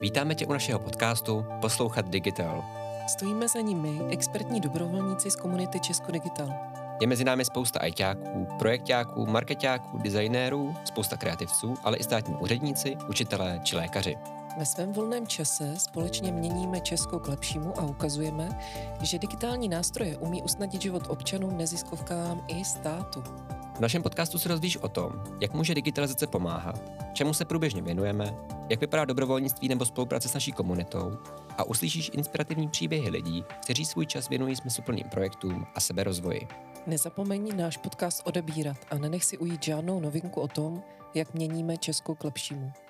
Vítáme tě u našeho podcastu Poslouchat Digital. Stojíme za nimi expertní dobrovolníci z komunity Česko Digital. Je mezi námi spousta ajťáků, projekťáků, markeťáků, designérů, spousta kreativců, ale i státní úředníci, učitelé či lékaři. Ve svém volném čase společně měníme Česko k lepšímu a ukazujeme, že digitální nástroje umí usnadnit život občanům, neziskovkám i státu. V našem podcastu se dozvíš o tom, jak může digitalizace pomáhat, čemu se průběžně věnujeme, jak vypadá dobrovolnictví nebo spolupráce s naší komunitou a uslyšíš inspirativní příběhy lidí, kteří svůj čas věnují smysluplným projektům a seberozvoji. Nezapomeň náš podcast odebírat a nenech si ujít žádnou novinku o tom, jak měníme Česko k lepšímu.